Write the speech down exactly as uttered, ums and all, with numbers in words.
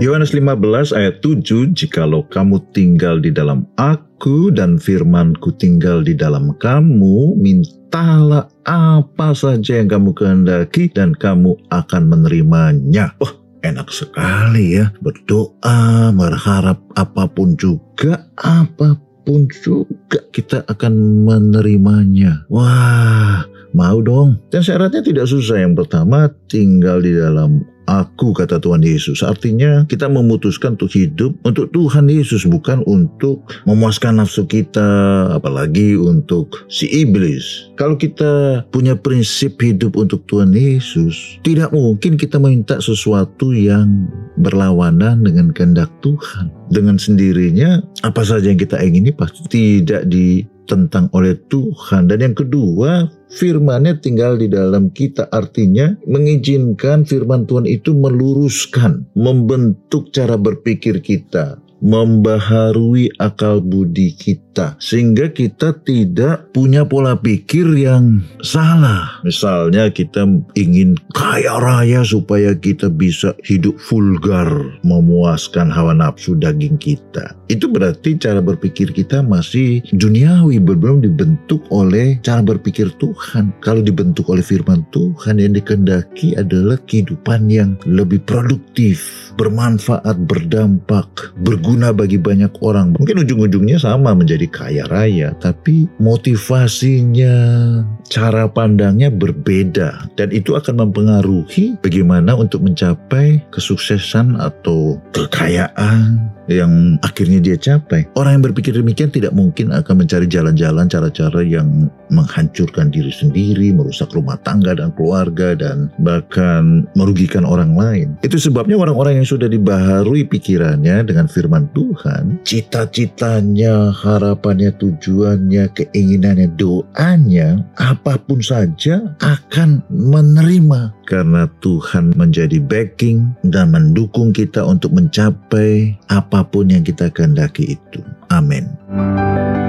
Yohanes lima belas ayat tujuh, jikalau kamu tinggal di dalam aku dan firman-Ku tinggal di dalam kamu, mintalah apa saja yang kamu kehendaki dan kamu akan menerimanya. Wah, enak sekali ya, berdoa, berharap apapun juga, apapun juga kita akan menerimanya. Wah, mau dong. Dan syaratnya tidak susah. Yang pertama, tinggal di dalam aku, kata Tuhan Yesus. Artinya kita memutuskan untuk hidup untuk Tuhan Yesus, bukan untuk memuaskan nafsu kita, apalagi untuk si iblis. Kalau kita punya prinsip hidup untuk Tuhan Yesus, tidak mungkin kita meminta sesuatu yang berlawanan dengan kehendak Tuhan. Dengan sendirinya, apa saja yang kita ingini pasti tidak ditentang oleh Tuhan. Dan yang kedua, firman-Nya tinggal di dalam kita, artinya mengizinkan firman Tuhan itu meluruskan, membentuk cara berpikir kita, membaharui akal budi kita, sehingga kita tidak punya pola pikir yang salah. Misalnya kita ingin kaya raya supaya kita bisa hidup vulgar, memuaskan hawa nafsu daging kita. Itu berarti cara berpikir kita masih duniawi, belum dibentuk oleh cara berpikir Tuhan. Kalau dibentuk oleh firman Tuhan, yang dikehendaki adalah kehidupan yang lebih produktif, bermanfaat, berdampak, berguna bagi banyak orang. Mungkin ujung-ujungnya sama, menjadi kaya raya, tapi motivasinya, cara pandangnya berbeda, dan itu akan mempengaruhi bagaimana untuk mencapai kesuksesan atau kekayaan yang akhirnya dia capai. Orang yang berpikir demikian tidak mungkin akan mencari jalan-jalan, cara-cara yang menghancurkan diri sendiri, merusak rumah tangga dan keluarga, dan bahkan merugikan orang lain. Itu sebabnya orang-orang yang sudah dibaharui pikirannya dengan firman Tuhan, cita-citanya, harapannya, tujuannya, keinginannya, doanya, apapun saja akan menerima, karena Tuhan menjadi backing dan mendukung kita untuk mencapai apapun yang kita kehendaki itu. Amin.